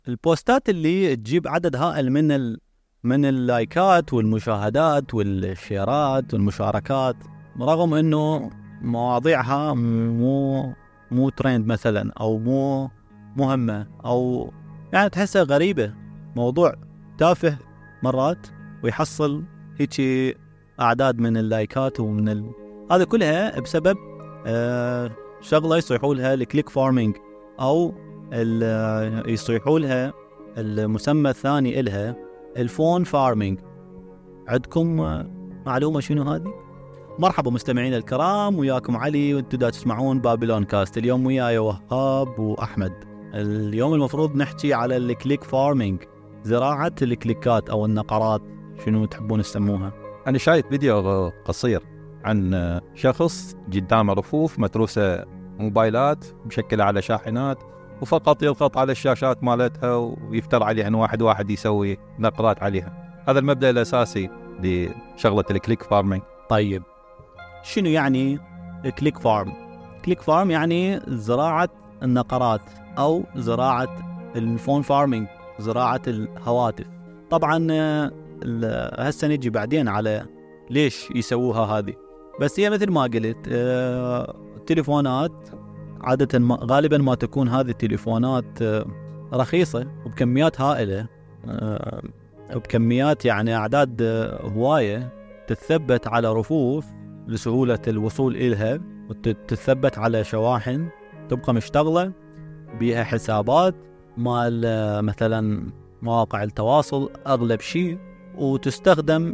البوستات اللي تجيب عدد هائل من اللايكات والمشاهدات والشيرات والمشاركات، رغم انه مواضيعها مو ترند مثلا، او مو مهمة، او يعني تحسها غريبة، موضوع تافه مرات، ويحصل هيك اعداد من اللايكات هذا كلها بسبب شغلة يصيحوا لها الكليك فارمينج، او يصيحوا لها المسمى الثاني إلها الفون فارمينج. عندكم معلومة شنو هذه؟ مرحبا مستمعين الكرام، وياكم علي وانتم دا تسمعون بابلون كاست. اليوم وياي وهاب وأحمد. اليوم المفروض نحكي على الكليك فارمينج، زراعة الكليكات أو النقرات، شنو تحبون تسموها؟ أنا شايف فيديو قصير عن شخص قدامه رفوف متروسة موبايلات مشكلة على شاحنات، وفقط يضغط على الشاشات مالتها ويفتر عليها أن واحد يسوي نقرات عليها. هذا المبدأ الأساسي لشغلة الكليك فارمينج. طيب شنو يعني كليك فارم؟ كليك فارم يعني زراعة النقرات، أو زراعة الفون فارمينج، زراعة الهواتف. طبعا هسه نجي بعدين على ليش يسووها هذه، بس هي مثل ما قلت التليفونات عادة غالبا ما تكون هذه التليفونات رخيصة وبكميات هائلة، وبكميات يعني أعداد هواية، تتثبت على رفوف لسهولة الوصول إلها، وتتثبت على شواحن تبقى مشتغلة بها حسابات مال مثلا مواقع التواصل أغلب شيء، وتستخدم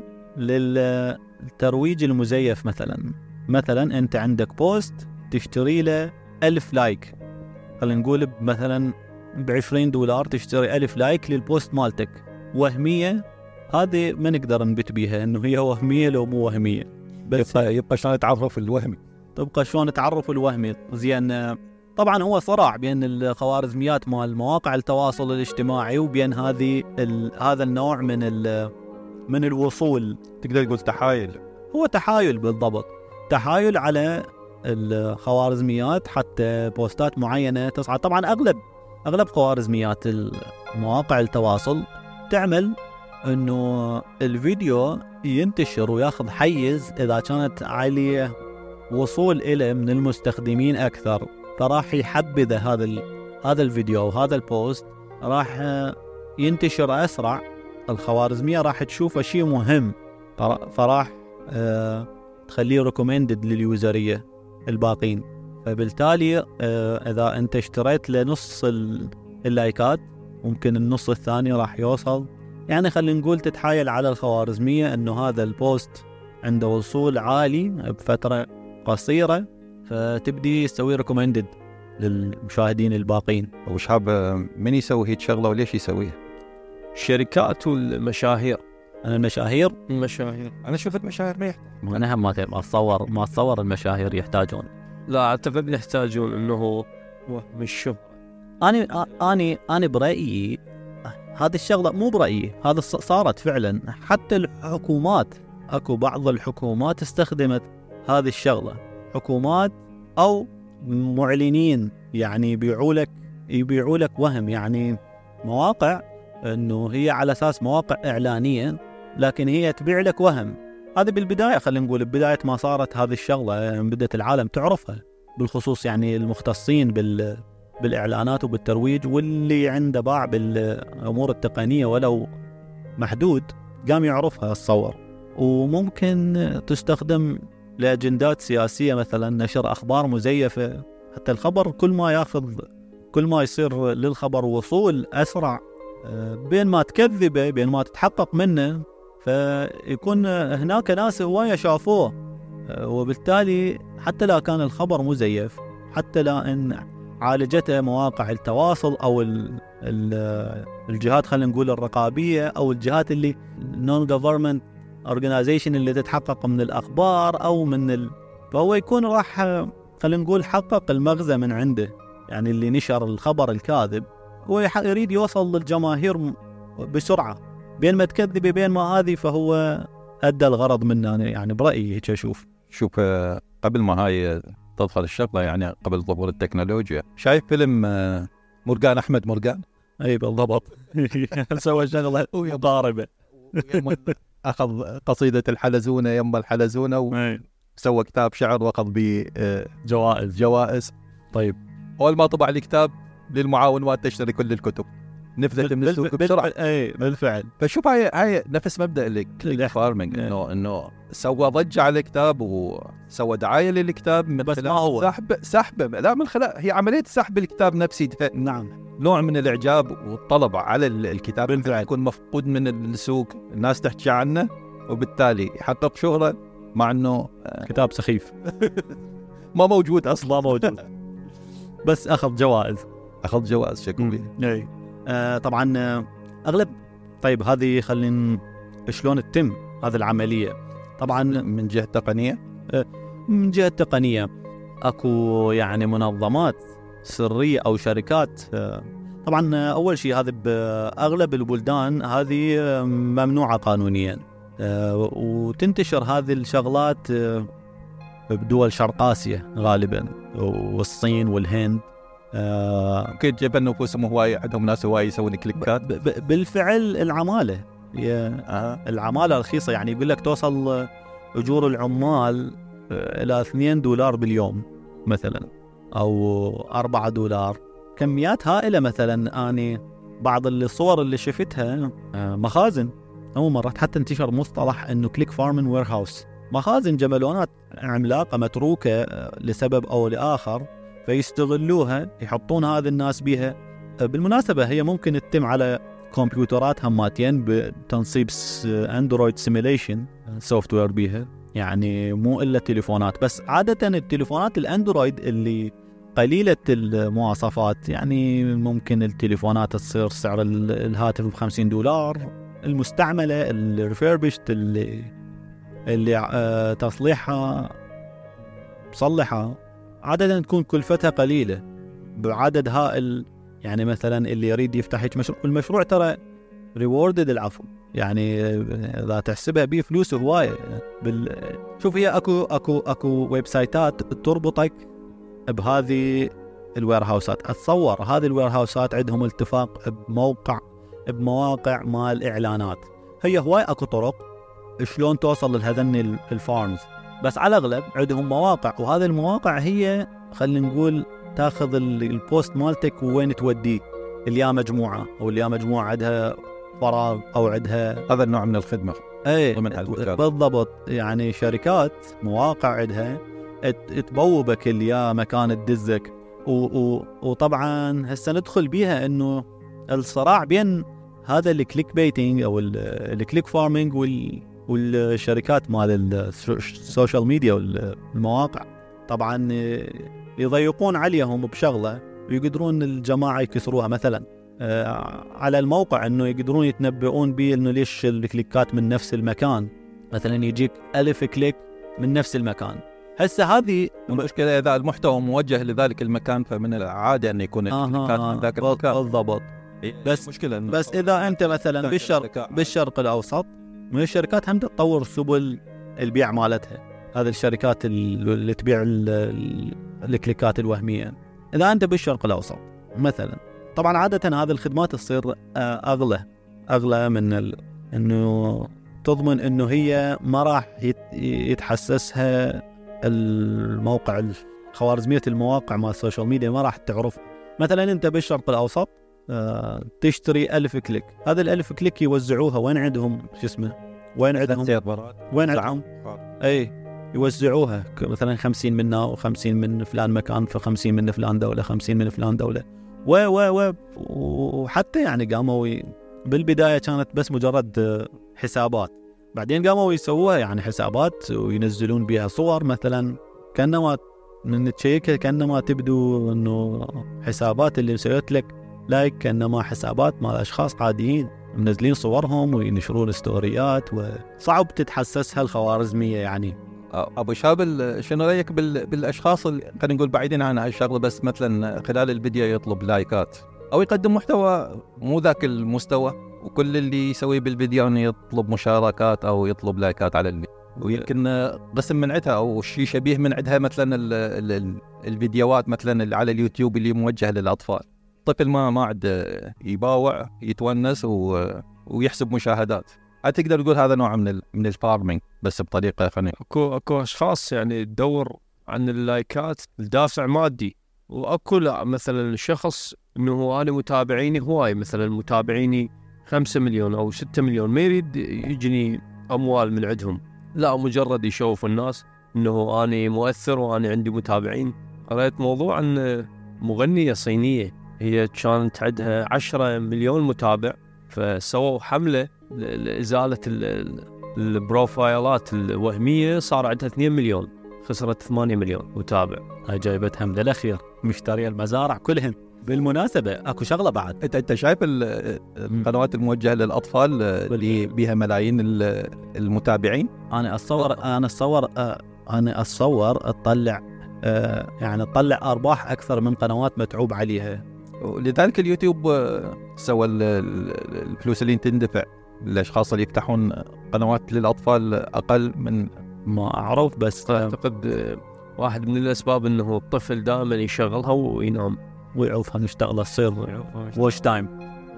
للترويج المزيف. مثلا أنت عندك بوست تشتري له 1000 لايك، خلينا نقول مثلا $20 تشتري 1000 لايك للبوست مالتك، وهمية. هذه ما نقدر نبت بيها انه هي وهمية لو مو وهمية، بس يبقى شلون تعرف الوهمي؟ تبقى شلون تعرف الوهمي. زين، طبعا هو صراع بين الخوارزميات مال مواقع التواصل الاجتماعي وبين هذا النوع من الوصول. تقدر تقول تحايل. هو تحايل بالضبط، تحايل على الخوارزميات حتى بوستات معينة تصعد. طبعا أغلب خوارزميات مواقع التواصل تعمل إنه الفيديو ينتشر وياخذ حيز إذا كانت عالية وصول إليه من المستخدمين أكثر، فراح يحبذ هذا الفيديو وهذا البوست، راح ينتشر أسرع. الخوارزمية راح تشوفه شيء مهم، فراح تخليه ريكومندد لليوزرية الباقين. فبالتالي إذا أنت اشتريت لنص اللايكات، ممكن النص الثاني راح يوصل. يعني خلينا نقول تتحايل على الخوارزمية أنه هذا البوست عنده وصول عالي بفترة قصيرة، فتبدي يسوي ريكومندد للمشاهدين الباقين. وشاب من يسوي هيك شغلة وليش يسويها؟ الشركات والمشاهير. المشاهير أنا شفت مشاهير ما يحتاج. أنا هم ما أتصور المشاهير يحتاجون. لا أعتقد يحتاجون إنه مش شهرة. أنا برأيي هذه الشغلة، مو برأيي، هذا صارت فعلا. حتى الحكومات، أكو بعض الحكومات استخدمت هذه الشغلة، حكومات أو معلنين، يعني يبيعوا لك وهم، يعني مواقع إنه هي على أساس مواقع إعلانية، لكن هي تبيع لك وهم. هذا بالبداية، خلينا نقول بداية ما صارت هذه الشغلة، بدأت العالم تعرفها، بالخصوص يعني المختصين بالإعلانات وبالترويج، واللي عنده باع بالأمور التقنية ولو محدود قام يعرفها. الصور وممكن تستخدم لأجندات سياسية، مثلا نشر أخبار مزيفة. حتى الخبر كل ما يصير للخبر وصول أسرع، بين ما تكذبه بين ما تتحقق منه، فيكون هناك ناس هواية شافوه، وبالتالي حتى لا كان الخبر مزيف، حتى لا إن عالجته مواقع التواصل أو الجهات، خلينا نقول الرقابية، أو الجهات اللي non-government organization اللي تتحقق من الأخبار أو فهو يكون راح، خلينا نقول، حقق المغزى من عنده. يعني اللي نشر الخبر الكاذب هو يريد يوصل للجماهير بسرعة، بين ما تكذب بين ما هذه، فهو أدى الغرض منه. يعني برأيي هيك أشوف. شوف، قبل ما هاي تدخل الشغلة، يعني قبل ظهور التكنولوجيا، شايف فيلم مرجان أحمد مرجان؟ اي بالضبط. سوى شغله مقاربه. اخذ قصيده الحلزونه يما الحلزونه وسوى كتاب شعر واخذ به جوائز. طيب اول ما طبع الكتاب للمعاون ما تشتري كل الكتب، نفذت من السوق بسرعه. اي بالفعل. فشوف هاي نفس مبدا الكليك فارمينج، انه سوى ضجه على الكتاب وسوى دعايه للكتاب من بس ما هو سحب لا من خلال هي عمليه سحب الكتاب نفسه. نعم، نوع من الاعجاب والطلب على الكتاب بالفعل يكون مفقود من السوق، الناس تحكي عنه وبالتالي يحقق شهره مع انه كتاب سخيف ما موجود اصلا. ما موجود بس اخذ جوائز شكوبي. اي طبعا اغلب. طيب هذه خلينا شلون تتم هذه العمليه؟ طبعا من جهه تقنيه، من جهه تقنيه اكو يعني منظمات سريه او شركات. طبعا اول شيء هذه باغلب البلدان هذه ممنوعه قانونيا، وتنتشر هذه الشغلات بدول شرق اسيا غالبا والصين والهند. ممكن جبن نفوسهم هواي، عندهم ناس هواي يسوون كليكات. بالفعل العماله العماله رخيصه، يعني يقول لك توصل اجور العمال الى $2 باليوم مثلا او $4، كميات هائله. مثلا اني بعض الصور اللي شفتها مخازن، او مرات حتى انتشر مصطلح انه كليك فارمن وير هاوس، مخازن جمالونات عملاقه متروكه لسبب او لاخر، فيستغلوها يحطون هذه الناس بيها. بالمناسبة هي ممكن تتم على كمبيوترات هماتين بتنصيب اندرويد سيميليشن سوفت وير بيها، يعني مو إلا تليفونات بس. عادة التليفونات الاندرويد اللي قليلة المواصفات، يعني ممكن التليفونات تصير سعر الهاتف $50، المستعملة الريفيربشت اللي تصليحها صلحها عادة تكون كلفتها قليلة بعدد هائل. يعني مثلا اللي يريد يفتح هيك مشروع، المشروع ترى ريوردد العفو، يعني إذا تحسبها به فلوس هواية. شوف هي أكو ويب سايتات تربطك بهذه الوير هاوسات. أتصور هذه الوير هاوسات عندهم التفاق بمواقع مال إعلانات. هي هواي أكو طرق شلون توصل لهذن الفارمز، بس على الأغلب عندهم مواقع، وهذه المواقع هي خلينا نقول تاخذ البوست مالتك وين توديه، اللي يا مجموعة أو اللي يا مجموعة عندها فراغ أو عندها هذا النوع من الخدمة. أي بالضبط، يعني شركات مواقع عندها تبوبك اللي يا مكان تدزك. وطبعا هسه ندخل بيها إنه الصراع بين هذا الكليك بيتينج أو الكليك فارمينج والشركات مال السوشيال ميديا والمواقع. طبعا يضيقون عليهم بشغلة ويقدرون الجماعة يكسروها. مثلا على الموقع انه يقدرون يتنبؤون به انه ليش الكليكات من نفس المكان، مثلا يجيك 1000 كليك من نفس المكان. هسه هذه المشكلة إذا المحتوى موجه لذلك المكان، فمن العادة أن يكون الكليكات من ذاك المكان. بالضبط. بس مشكلة بس إذا أنت مثلا بالشرق الأوسط، من الشركات هم تطور سبل البيع مالتها، هذه الشركات اللي تبيع الكليكات الوهمية. إذا أنت بالشرق الأوسط مثلا، طبعا عادة هذه الخدمات تصير أغلى من إنه تضمن إنه هي ما راح يتحسسها الموقع خوارزمية المواقع مع السوشيال ميديا، ما راح تعرف. مثلا أنت بالشرق الأوسط تشتري 1000 كليك، هذا 1000 كليك يوزعوها وين عندهم وين عندهم أي يوزعوها مثلا 50 منا و50 من فلان مكان، ف50 من فلان دولة، 50 من فلان دولة وحتى يعني قاموا بالبداية كانت بس مجرد حسابات، بعدين قاموا يسووها يعني حسابات وينزلون بها صور، مثلا كأنما من تشيكها كأنما تبدو انه حسابات اللي مسويت لك لايك كأنما حسابات مال اشخاص عاديين منزلين صورهم وينشرون ستوريات، وصعب تتحسسها الخوارزمية. يعني ابو شاب، شنو رايك بالاشخاص اللي خلينا نقول بعيدين عن هاي الشغله، بس مثلا خلال الفيديو يطلب لايكات او يقدم محتوى مو ذاك المستوى، وكل اللي يسويه بالفيديو انه يطلب مشاركات او يطلب لايكات على الفيديو، ويمكن قسم من عندها او شيء شبيه من عندها مثلا الفيديوهات مثلا على اليوتيوب اللي موجهه للاطفال، الطفل ما عاد يباوع يتونس ويحسب مشاهدات. تقدر تقول هذا نوع من الفارمينج بس بطريقه خلينا اكو اشخاص يعني تدور عن اللايكات لدافع مادي، واكو لا مثلا شخص انه انا متابعيني هواي، مثلا متابعيني 5 مليون او 6 مليون، ما يريد يجني اموال من عندهم، لا مجرد يشوف الناس انه انا مؤثر وانا عندي متابعين. قرأت موضوع ان مغنية صينية هي كانت عندها 10 مليون متابع، فسووا حملة لإزالة البروفايلات الوهمية، صار عندها 2 مليون، خسرت 8 مليون متابع. هاي جايبتها من الأخير مشتري المزارع كلهن. بالمناسبة أكو شغلة بعد، انت شايف القنوات الموجهه للاطفال اللي بيها ملايين المتابعين؟ أنا أتصور تطلع يعني تطلع أرباح أكثر من قنوات متعوب عليها. ولذلك اليوتيوب سوى الفلوس اللي تندفع للأشخاص اللي يفتحون قنوات للأطفال أقل من ما أعرف، بس أعتقد واحد من الأسباب أنه الطفل دائما يشغلها وينام ويعوفها نشتغل تصير واتش تايم.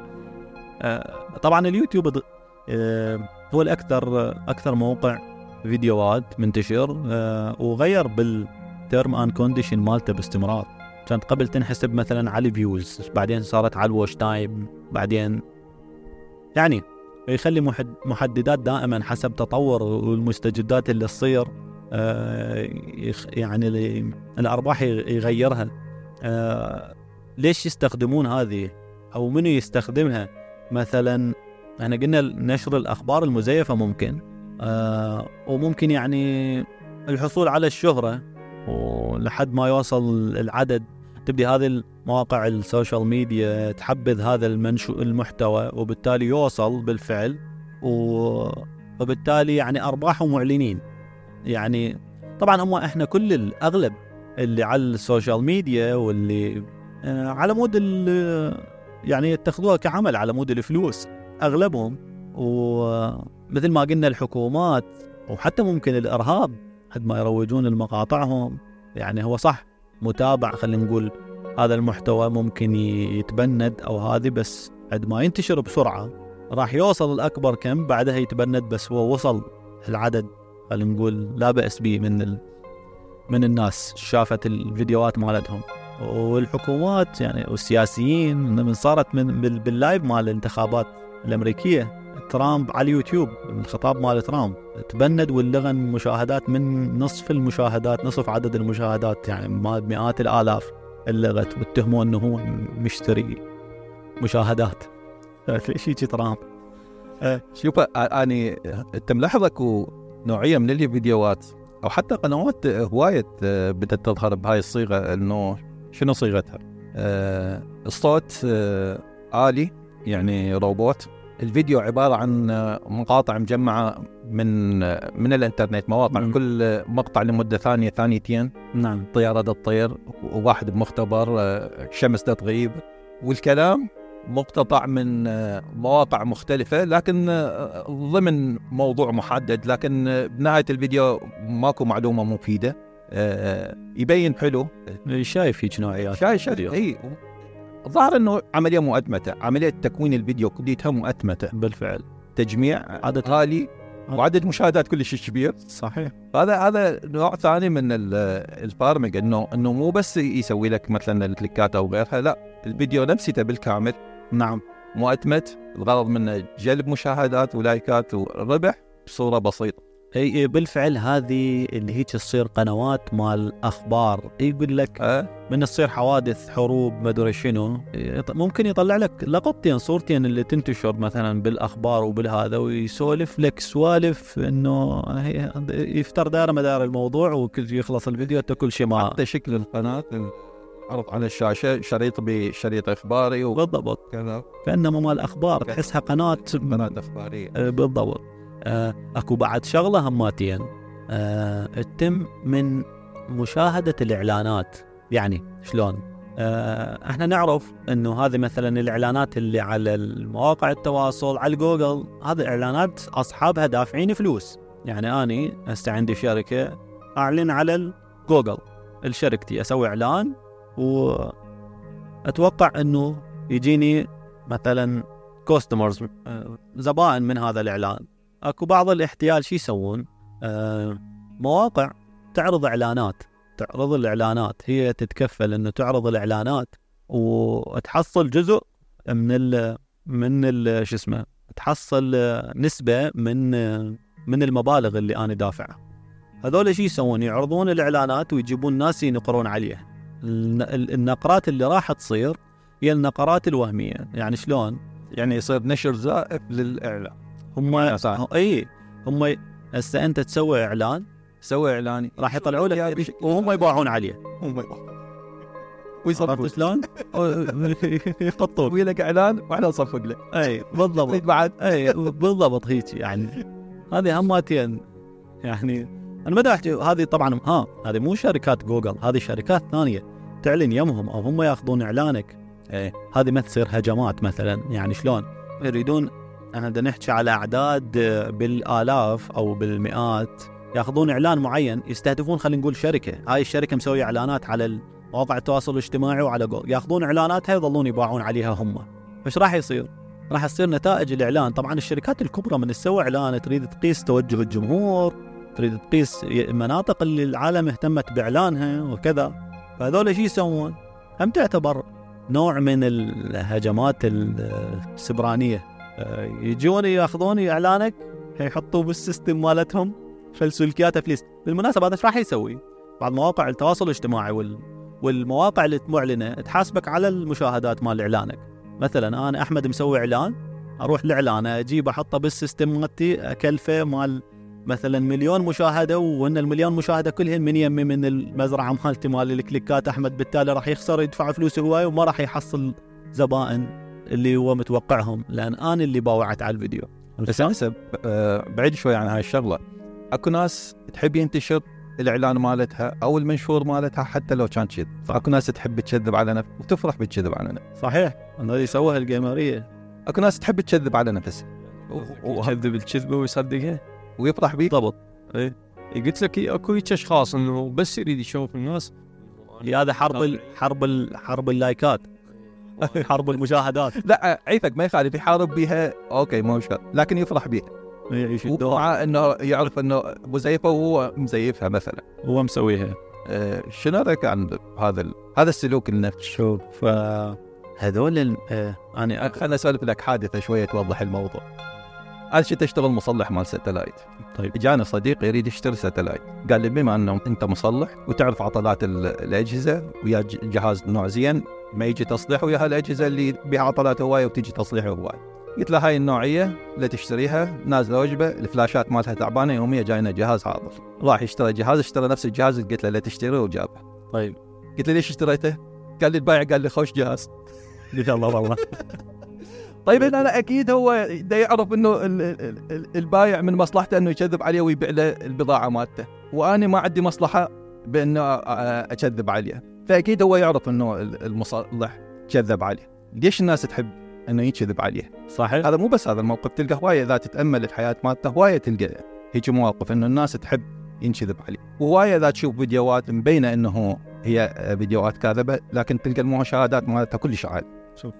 طبعا اليوتيوب هو أكثر موقع فيديوهات منتشر، وغير بالتيرم أند كونديشن مالته باستمرار. كانت قبل تنحسب مثلا على الفيوز، بعدين صارت على الواتش تايم، بعدين يعني يخلي محددات دائما حسب تطور والمستجدات اللي تصير، يعني الأرباح يغيرها. ليش يستخدمون هذه أو منو يستخدمها؟ مثلا احنا قلنا نشر الأخبار المزيفة ممكن، وممكن يعني الحصول على الشهرة، ولحد ما يوصل العدد تبدي هذه المواقع السوشيال ميديا تحبذ هذا المحتوى، وبالتالي يوصل بالفعل، وبالتالي يعني أرباحهم معلنين. يعني طبعا هم احنا كل الأغلب اللي على السوشيال ميديا واللي على مود يعني يتخذوها كعمل على مود الفلوس أغلبهم، ومثل ما قلنا الحكومات وحتى ممكن الإرهاب حد ما يروجون لمقاطعهم. يعني هو صح متابع، خلينا نقول هذا المحتوى ممكن يتبند أو هذه، بس عد ما ينتشر بسرعة راح يوصل الأكبر كم، بعدها يتبند، بس هو وصل العدد خلينا نقول لا بأس به من الناس شافت الفيديوهات مالتهم. والحكومات يعني والسياسيين من صارت باللايف مال الانتخابات الأمريكية، ترامب على اليوتيوب الخطاب مال ترامب تبند واللغن مشاهدات من نصف المشاهدات، نصف عدد المشاهدات، يعني مئات الآلاف اللغت، واتهموا انه هو مشتري مشاهدات. ليش يجي ترامب؟ شوف اني انت ملاحظ اكو نوعيه من الفيديوهات او حتى قنوات هوايه بدات تظهر بهاي الصيغه، انه شنو صيغتها؟ الصوت آلي يعني روبوت، الفيديو عبارة عن مقاطع مجمعة من الانترنت، مواقع كل مقطع لمدة ثانية ثانيتين. نعم. طيارة تطير، وواحد بمختبر، شمس تغيب، والكلام مقتطع من مواقع مختلفة لكن ضمن موضوع محدد، لكن بنهاية الفيديو ماكو معلومة مفيدة. يبين حلو. شايف هيك نوعيات شايف اي ظهر انه عمليه مؤتمته، عمليه تكوين الفيديو كليتها مؤتمته بالفعل، تجميع عدد عالي وعدد مشاهدات كلش كبير. صحيح. هذا نوع ثاني من الفارمنج، انه مو بس يسوي لك مثلا الكليكات او غيرها، لا الفيديو نفسه بالكامل نعم مؤتمت، الغرض منه جلب مشاهدات ولايكات وربح بصوره بسيطه. اي بالفعل هذه اللي هيك تصير قنوات مال اخبار، يقول لك من تصير حوادث حروب ما ادري شنو، ممكن يطلع لك لقطتين صورتين اللي تنتشر مثلا بالاخبار وبالهذا، ويسولف لك سوالف انه يفتر دار مدار الموضوع، وكل يخلص الفيديو كل شيء ما حتى شكل القناه عرض على الشاشه شريط بشريط اخباري بالضبط كذا، كانما مال اخبار تحسها قناه اخباريه بالضبط. اكو بعد شغله هماتين تتم من مشاهده الاعلانات. يعني شلون؟ احنا نعرف انه هذه مثلا الاعلانات اللي على المواقع التواصل على جوجل، هذه اعلانات اصحابها دافعين فلوس. يعني اني هسه عندي شركه اعلن على جوجل، الشركتي اسوي اعلان اتوقع انه يجيني مثلا كوستمرز، زبائن من هذا الاعلان. اكو بعض الاحتيال شي يسوون، مواقع تعرض الاعلانات، هي تتكفل انه تعرض الاعلانات وتحصل جزء من شو اسمه، تحصل نسبة من المبالغ اللي انا دافعها. هذول شي يسوون؟ يعرضون الاعلانات ويجيبون ناس ينقرون عليه. النقرات اللي راح تصير هي النقرات الوهمية. يعني شلون؟ يعني يصير نشر زائف للاعلان. هم هسه انت تسوي اعلان، سوي اعلاني راح يطلعوا لك وهم يباعون عليه، ويصرفون شلون يخطون ويلك اعلان واحنا نصفق له. اي بالضبط بعد بالضبط هيك. يعني هذه هماتين. يعني انا ما احكي هذه طبعا، هذه مو شركات جوجل، هذه شركات ثانيه تعلن يمهم او هم ياخذون اعلانك. هذه ما تصير هجمات مثلا. يعني شلون يريدون، احنا بدنا نحكي على اعداد بالالاف او بالمئات، ياخذون اعلان معين يستهدفون، خلينا نقول شركه، هاي الشركه مسويه اعلانات على مواقع التواصل الاجتماعي وعلى جوجل، ياخذون اعلاناتها ويظلون يباعون عليها هم. فايش راح يصير؟ راح تصير نتائج الاعلان. طبعا الشركات الكبرى من تسوي اعلان تريد تقيس توجه الجمهور، تريد تقيس المناطق اللي العالم اهتمت باعلانها وكذا. فهذول شيء يسوون؟ هم تعتبر نوع من الهجمات السبرانيه. يجون ياخذون اعلانك يحطوه بالسيستم مالتهم، فلسلكياته فليس. بالمناسبه هذا ايش راح يسوي؟ بعض مواقع التواصل الاجتماعي والمواقع اللي معلنه تحاسبك على المشاهدات مال اعلانك. مثلا انا احمد مسوي اعلان، اروح الاعلان اجيب احطه بالسيستم مالتي، اكلفه مال مثلا 1,000,000 مشاهده، وان ال1,000,000 مشاهده كلهن من يمي من المزرعه مالتي مال الكليكات احمد، بالتالي راح يخسر، يدفع فلوس هواي وما راح يحصل زبائن اللي هو متوقعهم، لان انا اللي باوعت على الفيديو. بس هسه بعيد شوي عن هاي الشغله. اكو ناس تحب ينتشر الاعلان مالتها او المنشور مالتها حتى لو كان كذب. اكو ناس تحب تكذب على نفسها وتفرح بالكذب على نفسها. صحيح، انه يسويها الجيمريه. اكو ناس تحب تكذب على نفسها يكذب الكذبه ويصدقها ويفرح بيه. بالضبط. ايه قلت لك اكو هيك اشخاص انه بس يريد يشوف الناس. هذا حرب اللايكات، حرب المشاهدات. لا عيفك ما يخالف يحارب بيها، اوكي مو مشكله، لكن يفرح بيها. مع انه يعرف انه مزيفه وهو مزيفها مثلا، هو مسويها. شنو رايك عن هذا السلوك النفسي؟ شوف هذول انا خلنا اسولف لك حادثه شويه توضح الموضوع. انا كنت اشتغل مصلح مال ساتلايت. طيب جاني صديق يريد يشتري ساتلايت، قال لي بما انه انت مصلح وتعرف عطلات الاجهزه ويا جهاز نوع زين ما يجي تصليح، ويا هالاجهزه اللي بها عطلات هوايه وتيجي تصليحها هوايه. قلت له هاي النوعيه اللي تشتريها نازله وجبه، الفلاشات مالتها تعبانه، يوميا جاينا جهاز عاطل. راح يشتري جهاز، اشترى نفس الجهاز اللي قلت له لا تشتريه وجابه. طيب قلت له ليش اشتريته؟ قال لي البائع قال لي خوش جهاز. قلت الله والله. طيب انا اكيد هو دا يعرف انه البايع من مصلحته انه يكذب عليه ويبيع له البضاعه مالته، وانا ما عندي مصلحه بانه اكذب عليه، فاكيد هو يعرف انه المصلح كذب عليه. ليش الناس تحب انه يكذب عليه؟ صحيح. هذا مو بس هذا الموقف، تلقى هوايه اذا تتامل الحياه مالته هوايه تلقى هيك مواقف انه الناس تحب ينكذب عليه، وهوايه اذا تشوف فيديوهات مبينه انه هي فيديوهات كاذبه، لكن تلقى المشاهدات مالتها كلش عاليه. شوف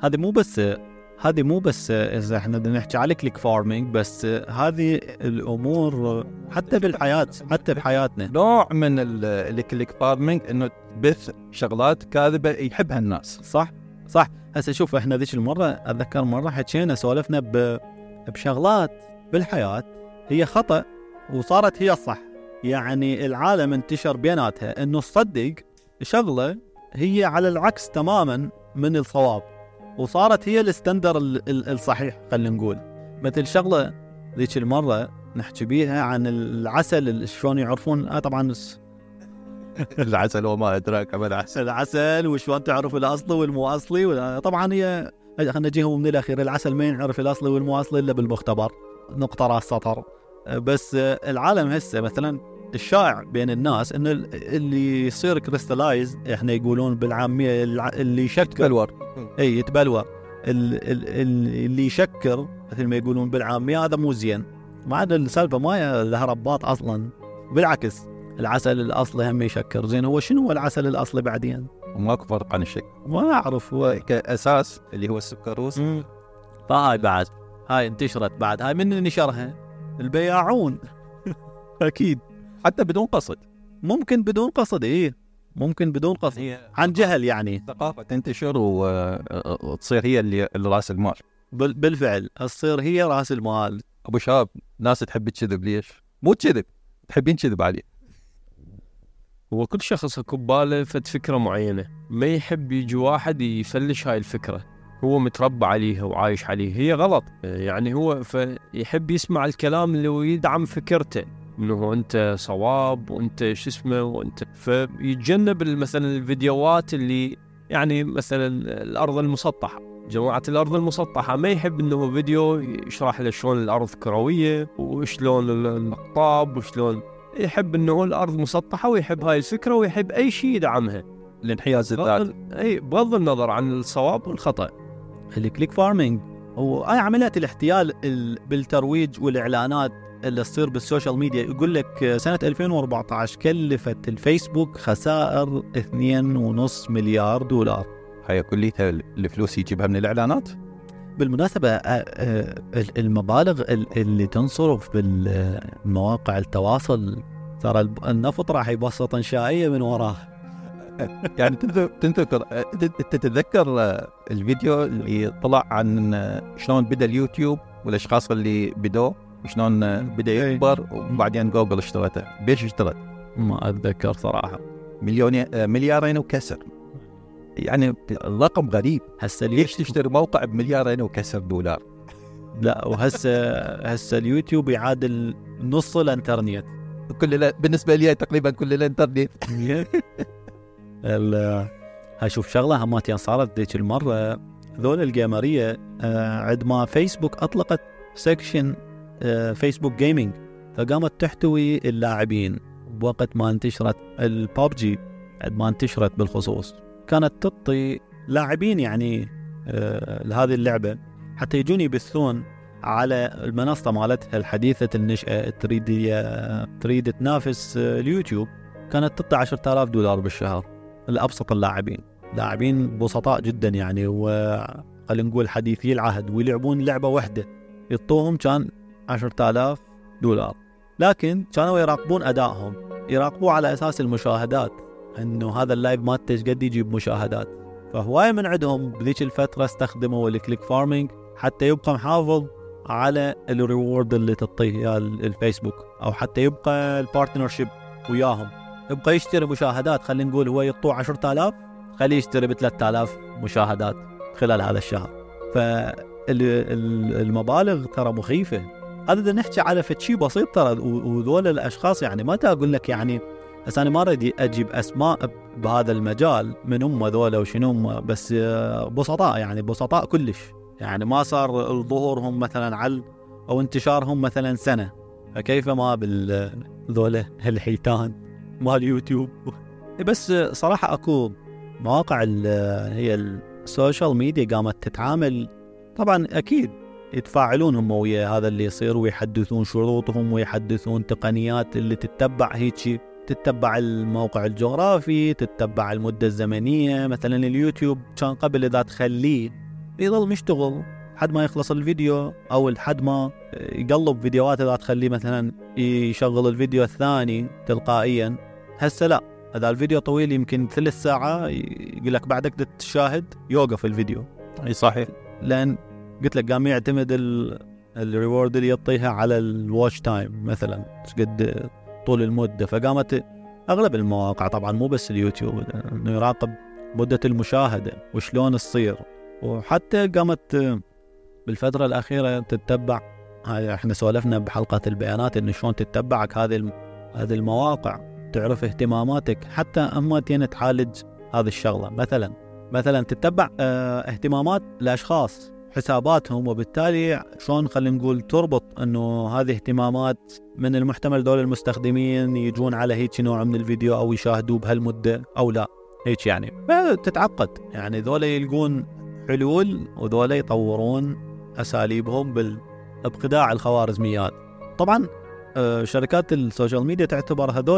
هذه مو بس إذا إحنا بدنا نحكي على كليك فارمينج، بس هذه الأمور حتى بالحياة، حتى بحياتنا نوع من الكليك فارمينج، إنه تبث شغلات كاذبة يحبها الناس. صح. هسه شوف إحنا ذيك المرة أتذكر مرة حكينا سولفنا بشغلات بالحياة هي خطأ وصارت هي الصح. يعني العالم انتشر بيناتها إنه تصدق شغلة هي على العكس تماما من الصواب، وصارت هي الستاندر الصحيح. خلينا نقول مثل شغلة ذيك المرة نحكي بيها عن العسل، شلون يعرفون طبعا العسل وما أدراك ما العسل وشلون تعرف الأصلي والمو أصلي. طبعا هي خلينا نجيهم من الأخير، العسل ما ينعرف الأصلي والمو أصلي إلا بالمختبر، نقطة راس سطر. بس العالم هسه مثلا الشائع بين الناس إنه اللي يصير كريستالايز، إحنا يقولون بالعامية اللي يشكر يتبلور، اللي يشكر مثل ما يقولون بالعامية، هذا مو زين. مع أن السالفة ما لها رباط أصلا، بالعكس العسل الاصلي هم يشكر. زين هو شنو هو العسل الاصلي بعدين؟ وماكو فرق عن الشكل ما اعرف هو كاساس اللي هو السكروز. فهاي بعد هاي انتشرت بعد. هاي من نشرها؟ البياعون. اكيد حتى بدون قصد. ممكن بدون قصد. ايه ممكن بدون قصد، هي عن جهل يعني. ثقافة تنتشر وتصير هي اللي راس المال. بالفعل تصير هي راس المال. ابو شاب ناس تحب تكذب، ليش؟ مو تكذب، تحبين تكذب عليه. هو كل شخص اكو بباله فد فكره معينه، ما يحب يجي واحد يفلش هاي الفكره، هو متربى عليها وعايش عليها. هي غلط يعني، هو يحب يسمع الكلام اللي يدعم فكرته، انه انت صواب وانت شو اسمه وانت، فيتجنب مثلا الفيديوهات اللي يعني مثلا الارض المسطحه. جماعة الأرض المسطحة ما يحب إنه فيديو يشرح له شلون الأرض كروية وشلون الأقطاب وشلون، يحب إنه الأرض مسطحة ويحب هاي الفكرة ويحب أي شيء يدعمها. الانحياز الذاتي. أي بغض النظر عن الصواب والخطأ. الكليك فارمينج هو أي عمليات الاحتيال بالترويج والإعلانات اللي تصير بالسوشيال ميديا. يقول لك سنة 2014 كلفت الفيسبوك خسائر 2.5 مليار دولار. هي كليتها الفلوس يجيبها من الإعلانات. بالمناسبة المبالغ اللي تنصرف بالمواقع التواصل ترى النفط راح يبسط إنشائية من وراه. يعني تتذكر الفيديو اللي طلع عن شلون بدأ اليوتيوب والأشخاص اللي بدوه وشلون بدأ يكبر وبعدين جوجل اشترته. بيش اشترت؟ ما أتذكر صراحة. مليارين وكسر. يعني الرقم غريب. هسه ليش تشتري موقع بمليارين وكسر دولار؟ لا وهسه اليوتيوب يعادل نص الانترنت. بالنسبة لي تقريبا كل الانترنت. هشوف شغلة هماتين صارت ذيك المرة. ذول الجيمرية عندما فيسبوك أطلقت سيكشن فيسبوك جيمينج، فقامت تحتوي اللاعبين. بوقت ما انتشرت البابجي، عندما انتشرت بالخصوص، كانت تعطي لاعبين يعني لهذه اللعبة حتى يجون يبثون على المنصة مالتها الحديثة النشأة تريد تنافس اليوتيوب. كانت تعطي 10,000 دولار بالشهر لأبسط اللاعبين، لاعبين بسطاء جدا يعني، وخلينا نقول حديثي العهد، ويلعبون لعبة واحدة يعطوهم كان 10,000 دولار. لكن كانوا يراقبون أدائهم، يراقبوا على أساس المشاهدات، انه هذا اللايف مالته قد يجيب مشاهدات. فهواية من عندهم بذيك الفترة استخدموا الكليك فارمينج حتى يبقى محافظ على الريورد اللي تعطيه الفيسبوك، او حتى يبقى البارتنرشيب وياهم، يبقى يشتري مشاهدات. خلينا نقول هو يعطوه 10,000، خليه يشتري ب3,000 مشاهدات خلال هذا الشهر. فالمبالغ ترى مخيفة. هذا نحكي على شيء بسيط ترى، وذول الاشخاص يعني ما اقول لك يعني، بس أنا ما أريد أجيب أسماء بهذا المجال من هم ذولا وشنو هم، بس بسطاء يعني، بسطاء كلش يعني. ما صار ظهورهم مثلا على أو انتشارهم مثلا سنة، فكيف ما بالذولا الحيتان مال يوتيوب. بس صراحة أكو مواقع هي السوشيال ميديا قامت تتعامل، طبعا أكيد يتفاعلون هم ويا هذا اللي يصير، ويحدثون شروطهم ويحدثون تقنيات اللي تتبع هيك، تتبع الموقع الجغرافي، تتبع المدة الزمنية. مثلا اليوتيوب كان قبل إذا تخليه يظل مشتغل حد ما يخلص الفيديو، أو لحد ما يقلب فيديوهات، إذا تخليه مثلا يشغل الفيديو الثاني تلقائيا. هسه لا، هذا الفيديو طويل يمكن 3 ساعة، يقول لك بعدك تشاهد يوقف الفيديو. أي صحيح، لأن قلت لك قام يعتمد الريورد اللي يعطيها على الواتش تايم مثلا، قد طول المدة. فقامت أغلب المواقع طبعا مو بس اليوتيوب إنه يراقب مدة المشاهدة وشلون تصير. وحتى قامت بالفترة الأخيرة تتبع، هاي احنا سولفنا بحلقة البيانات إنه شلون تتبعك هذه المواقع، تعرف اهتماماتك، حتى أما تعالج هذه الشغلة. مثلا تتبع اهتمامات الأشخاص، حساباتهم، وبالتالي شلون خلينا نقول تربط انه هذه اهتمامات من المحتمل دول المستخدمين يجون على هيك نوع من الفيديو او يشاهدوه بهالمدة او لا، هيك يعني. تتعقد يعني، ذولا يلقون حلول وذولا يطورون اساليبهم بابقداع الخوارزميات. طبعا شركات السوشيال ميديا تعتبر هذولا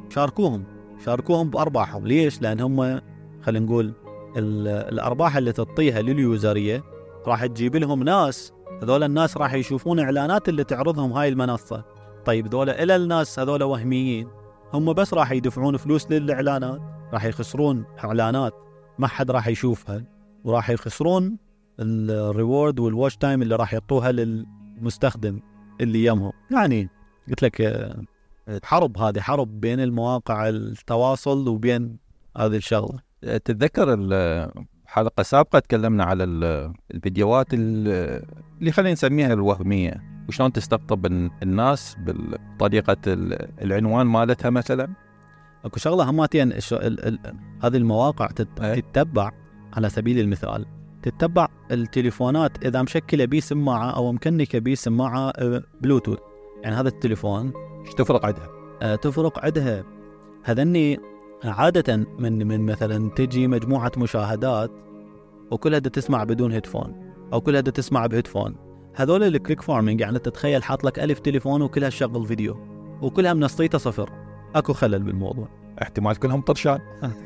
شاركوهم بأرباحهم. ليش؟ لأن هم خلينا نقول الأرباح اللي تعطيها لليوزرية راح تجيب لهم ناس، هذول الناس راح يشوفون إعلانات اللي تعرضهم هاي المنصة. طيب ذولا إلى الناس هذول وهميين، هم بس راح يدفعون فلوس للإعلانات، راح يخسرون إعلانات ما حد راح يشوفها، وراح يخسرون الريورد والواتش تايم اللي راح يعطوها للمستخدم اللي يمهم. يعني قلت لك هذه حرب بين المواقع التواصل وبين هذه الشغلة. تتذكر الحلقة السابقة تكلمنا على الفيديوهات اللي خلينا نسميها الوهمية، وشلون تستقطب الناس بطريقة العنوان مالتها مثلا. اكو شغلة هماتين، هذه المواقع تتبع على سبيل المثال، تتبع التليفونات إذا مشكلة بيه سماعة أو مكنكة بيه سماعة بلوتوث. يعني هذا التليفون ايش تفرق عندها؟ تفرق عندها هذني عادة من مثلا تجي مجموعة مشاهدات وكلها تسمع بدون هيدفون أو كلها تسمع بهيدفون. هذول الكليك فارمينج، يعني تتخيل حاط لك 1000 تليفون وكلها شغل فيديو وكلها منصيته 0. أكو خلل بالموضوع، احتمال كلهم طرشان.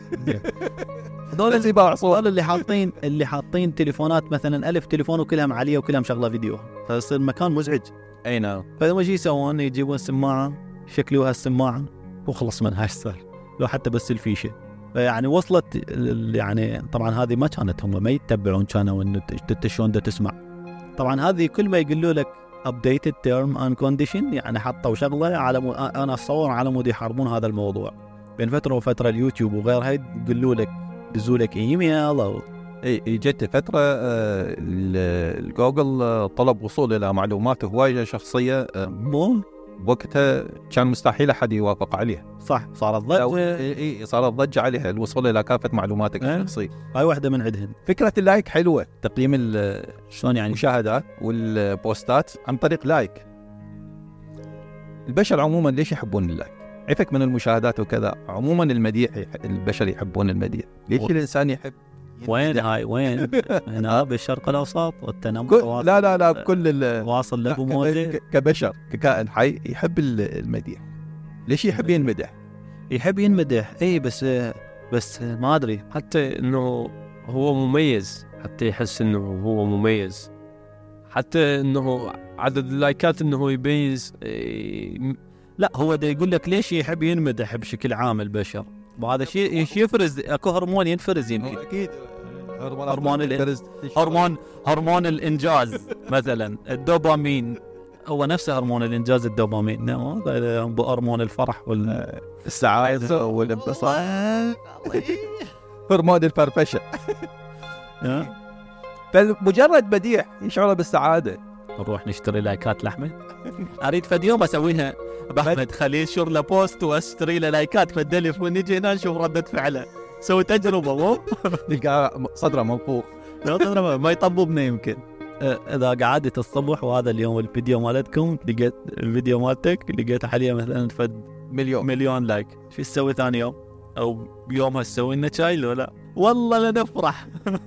هذول اللي حاطين تليفونات مثلا 1000 تليفون وكلها معالية وكلها مشغلة فيديو، فيصير مكان مزعج. اي نعم. فلما يجي يسوون يجيبون السماعة يشكلوها السماعة وخلص منها السر، لو حتى بس الفيشة. يعني وصلت يعني طبعا هذه ما كانت هم ما يتبعون، كانوا انه شلون دا تسمع. طبعا هذه كل ما يقولوا لك updated term and condition، يعني حطوا شغلة على انا اتصور على مود يحاربون هذا الموضوع. بين فترة وفترة اليوتيوب وغيرها يقولوا لك دزوا لك ايميل او جت فترة الجوجل طلب وصول إلى معلومات هواية شخصية، وقتها كان مستحيل أحد يوافق عليها. صح، صارت ضجة. صارت ضجة عليها الوصول إلى كافة معلوماتك الشخصية. هاي واحدة من عندهن. فكرة اللايك حلوة، تقييم شلون يعني المشاهدات والبوستات عن طريق لايك. البشر عموما ليش يحبون اللايك؟ عفك من المشاهدات وكذا. عموما المديح، البشر يحبون المديح. ليش الإنسان يحب؟ وين هنا بالشرق الأوسط والتنمر. لا بكل واصل لأبو موزة. كبشر ككائن حي يحب المديح. ليش يحب ينمدح؟ يحب ينمدح اي بس ما أدري، حتى إنه هو مميز، حتى يحس إنه هو مميز، حتى إنه عدد اللايكات إنه يبيز. لا هو ده يقول لك ليش يحب ينمدح بشكل عام البشر. وهذا شيء يفرز، اكو هرمون ينفرز يمكن. اكيد هرمون الانجاز مثلا الدوبامين، هو نفسه هرمون الانجاز الدوبامين. هرمون الفرح والسعاده والانبساط، هرمون الفرفشه. فمجرد بديع يشعر بالسعاده. نروح نشتري لايكات لحمه. اريد فد يوم اسويها بأحمد خليل ينشر له بوست واشتري له لايكات فالدلف، ونجي هنا نشوف ردة فعله. سوي تجربة مو نلقى صدره منفوخ. لا صدره ما يطببنا يمكن. إذا قعدت الصبح وهذا اليوم الفيديو مالتكم لقيت الفيديو مالتك لقيت عليه مثلا فد مليون لايك، شو تسوي ثاني يوم أو بيومها تسوي لنا شاي لو لا؟ والله لنفرح.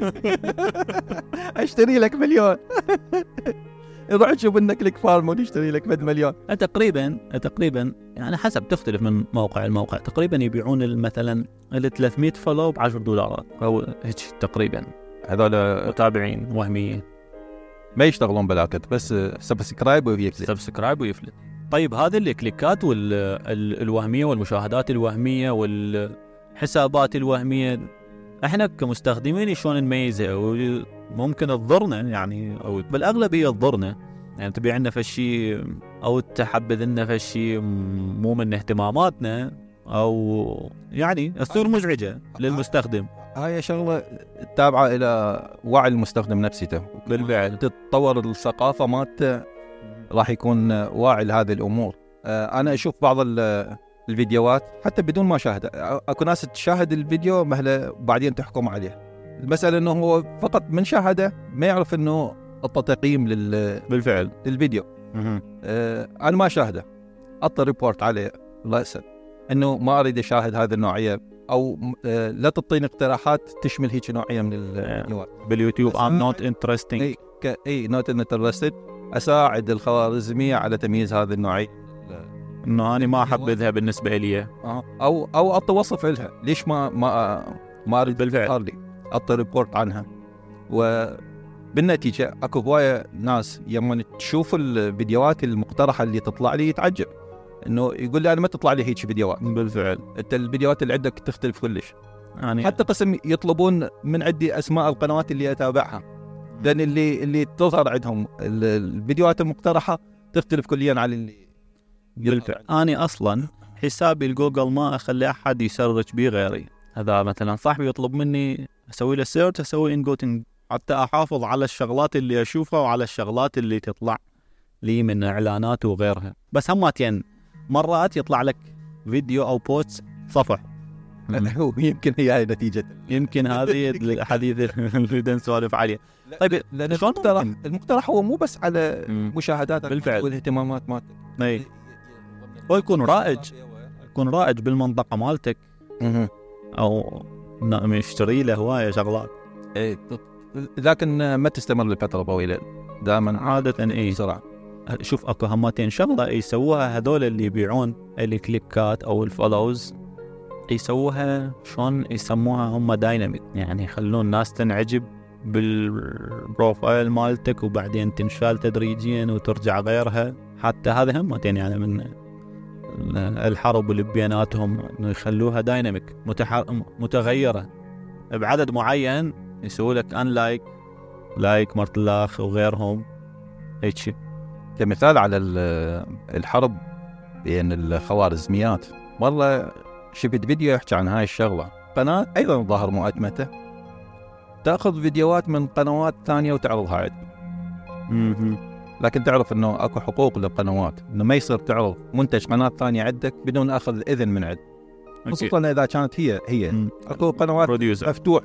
اشتري لك مليون. نروح نشوف انك لك فارم ونشتري لك 100 مليون. تقريبا يعني حسب، تختلف من موقع الموقع. تقريبا يبيعون مثلا ال 300 فولو $10 او هيك تقريبا. هذول متابعين وهميين ما يشتغلون بلاكت، بس سبسكرايب ويفلت. طيب هذه الكليكات والوهميه والمشاهدات الوهميه والحسابات الوهميه، احنا كمستخدمين شلون نميزها؟ وممكن تضرنا يعني، او بالاغلب هي تضرنا. يعني تبي عندنا فشي او تحبذ لنا فشي مو من اهتماماتنا، او يعني تصير مزعجه للمستخدم. هاي شغله تابعه الى وعي المستخدم نفسه. بالفعل تتطور الثقافه مالته راح يكون واعي لهذه الامور. انا اشوف بعض الفيديوهات حتى بدون ما شاهد، اكو ناس تشاهد الفيديو مهله وبعدين تحكم عليه. المسألة انه هو فقط من شاهده ما يعرف انه اعطى تقييم بالفعل للفيديو. انا ما شاهده، اعطى ريبورت عليه الله يسلم انه ما اريد اشاهد هذه النوعيه، او لا تعطيني اقتراحات تشمل هيك نوعيه من الفيديوهات باليوتيوب. I'm not interesting. not interested. اساعد الخوارزميه على تمييز هذه النوعيه انه انا ما احبذها بالنسبه لي. او اعطي وصف لها، ليش ما اريد بالفعل لي اعطي ريبورت عنها. وبالنتيجه اكو هوايه ناس يوم تشوف الفيديوهات المقترحه اللي تطلع لي يتعجب، انه يقول لي انا ما تطلع لي هيك فيديوهات، بالفعل انت الفيديوهات اللي عندك تختلف كلش. يعني حتى قسم يطلبون من عندي اسماء القنوات اللي اتابعها، لان اللي تظهر عندهم الفيديوهات المقترحه تختلف كليا عن اللي بالفعل. أنا أصلا حسابي الجوجل ما أخلي أحد يسرج بيه غيري. هذا مثلا صاحبي يطلب مني أسوي له سيرش، أسوي إنجوتنج حتى أحافظ على الشغلات اللي أشوفها وعلى الشغلات اللي تطلع لي من إعلانات وغيرها. بس هماتين مرات يطلع لك فيديو أو بوست صفح، يمكن هي هاي نتيجة، يمكن هذه الحديث اللي نسولف عليه. طيب لأن المقترح هو مو بس على مشاهداتك بالفعل والاهتمامات مالتك، هو يكون رائج بالمنطقة مالتك، أو يشتري له هواية شغلات، لكن ما تستمر لفترة طويلة دائما عادة. بسرعة. شوف اكو همتين شغلة يسووها هذول اللي يبيعون الكليكات او الفولوز، يسووها شلون يسموها هم دايناميك، يعني يخلون الناس تنعجب بالبروفايل مالتك وبعدين تنشال تدريجيا وترجع غيرها. حتى هذه همتين يعني من الحرب اللي بيناتهم، انه يخلوها دايناميك متغيرة بعدد معين، يسووا لك ان لايك مرتلاخ وغيرهم هيك شيء. كمثال على الحرب بين الخوارزميات، مرة شفت فيديو يحكي عن هاي الشغلة. قناة أيضا ظهر مؤتمته تأخذ فيديوهات من قنوات ثانية وتعرضها عندك، لكن تعرف أنه أكو حقوق للقنوات، أنه ما يصير تعرض منتج قناة ثانية عندك بدون أخذ إذن من عندك، خصوصا إذا كانت هي أكو قنوات مفتوح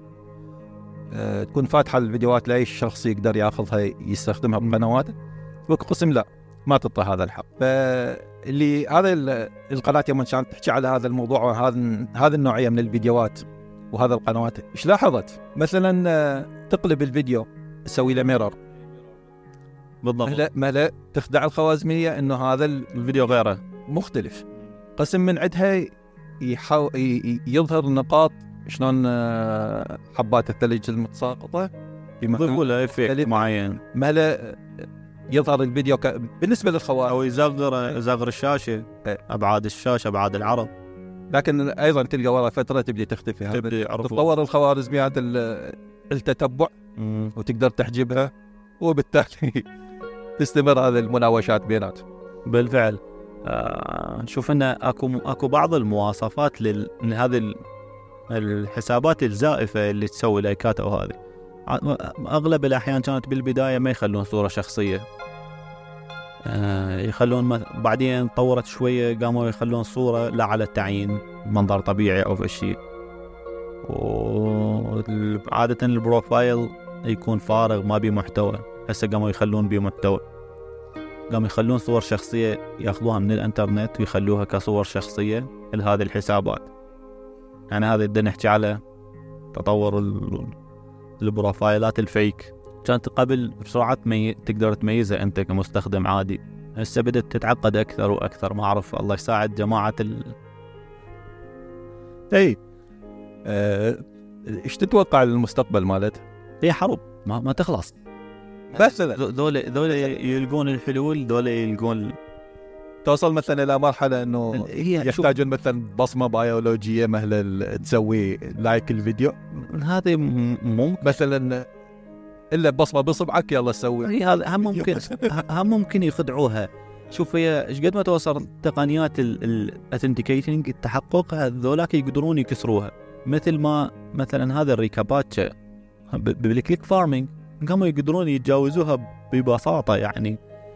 تكون فاتحة الفيديوهات لأي شخص يقدر يأخذها يستخدمها بقنواته، وقسم لا ما تعطى هذا الحق. فاللي هذا القناة يوم كانت تحكي على هذا الموضوع وهذا النوعية من الفيديوهات وهذا القنوات، إيش لاحظت؟ مثلا تقلب الفيديو تسوي له ميرور بالضبط، مهلا تخدع الخوارزمية إنه هذا الفيديو غيره مختلف. قسم من عندها يظهر نقاط شلون حبات الثلج المتساقطة يضيفوا إفكت معين، مهلا يظهر الفيديو بالنسبة للخوارزمية أو يصغر الشاشة، أبعاد الشاشة أبعاد العرض. لكن أيضا تلقى ورا فترة تبدي تختفي، تتطور الخوارزميات التتبع وتقدر تحجبها، وبالتالي تستمر هذه المناوشات بينات. بالفعل. نشوف أن أكو بعض المواصفات لهذه الحسابات الزائفة اللي تسوي لايكات أو هذه. أغلب الأحيان كانت بالبداية ما يخلون صورة شخصية، يخلون بعدين طورت شوية قاموا يخلون صورة لا على التعيين، منظر طبيعي أو شيء، وعادة البروفايل يكون فارغ ما بيه محتوى. هسه قاموا يخلون بيه محتوى، قاموا يخلون صور شخصية يأخذوها من الانترنت ويخلوها كصور شخصية لهذه الحسابات. يعني هذا بدنا نحكي على تطور البروفايلات الفيك. كانت قبل بسرعة تقدر تميزها أنت كمستخدم عادي، هسه بدأت تتعقد أكثر وأكثر. ما أعرف، الله يساعد جماعة إيش تتوقع للمستقبل مالته؟ هي حرب ما تخلص، بس ذول يلقون الحلول، ذول يلقون توصل مثلا إلى مرحلة إنه يحتاجون مثلا بصمة بيولوجية مهلا تسوي لايك الفيديو، هذه ممكن مثلا إلا بصمة بصبعك يلا سوي. هذا هم ممكن يخدعوها. شوف هي ايش قد ما توصل تقنيات الاثنتيكيتنج التحقق، هذولاك يقدرون يكسروها. مثل ما مثلا هذا الريكاباتشا بالكليك فارمينج قاموا يقدرون يتجاوزوها ببساطة. يعني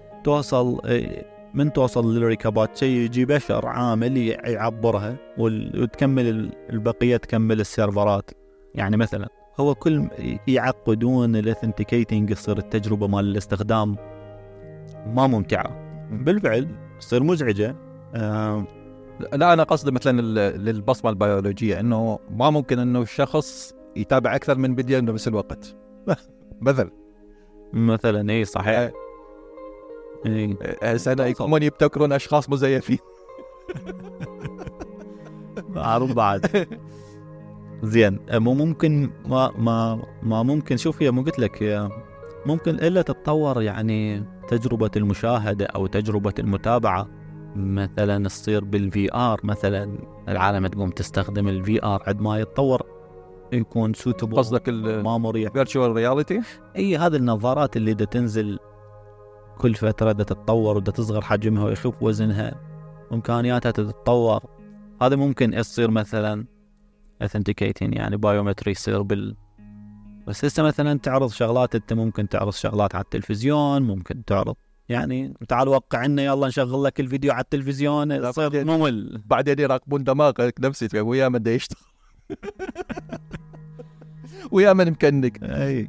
توصل للريكاباتشا يجي بشر عامل يعبرها وتكمل البقية تكمل السيرفرات. يعني مثلا هو كل يعقدون الاثنتيكيتنج، يصير التجربة مال الاستخدام ما ممتعة، بالفعل تصير مزعجة. لا أنا قصدي مثلا للبصمة البيولوجية، إنه ما ممكن إنه الشخص يتابع أكثر من فيديو بنفس الوقت مثلا إيه صحيح. سنة يكونون يبتكرون أشخاص مزيفين. عروض بعد. زين مو ممكن ما ممكن. شوف هي مو قلت لك هي ممكن إلا تتطور يعني تجربة المشاهدة أو تجربة المتابعة مثلا تصير بالفي آر مثلا العالم تقوم تستخدم الفي آر عد ما يتطور يكون سوتبل. قصدك ما مريح الفيرتشوال رياليتي؟ اي هذه النظارات اللي دا تنزل كل فترة دا تتطور ودا تصغر حجمها ويخف وزنها وامكانياتها تتطور. هذا ممكن يصير مثلا authenticating يعني بايومتري يصير بس هسه مثلا تعرض شغلات. انت ممكن تعرض شغلات على التلفزيون ممكن تعرض يعني تعال وقع لنا يلا نشغل لك الفيديو على التلفزيون يصير ممل. بعدين يراقبون دماغك نفسي ويا من دا يشتغل ويا من مكنك. اي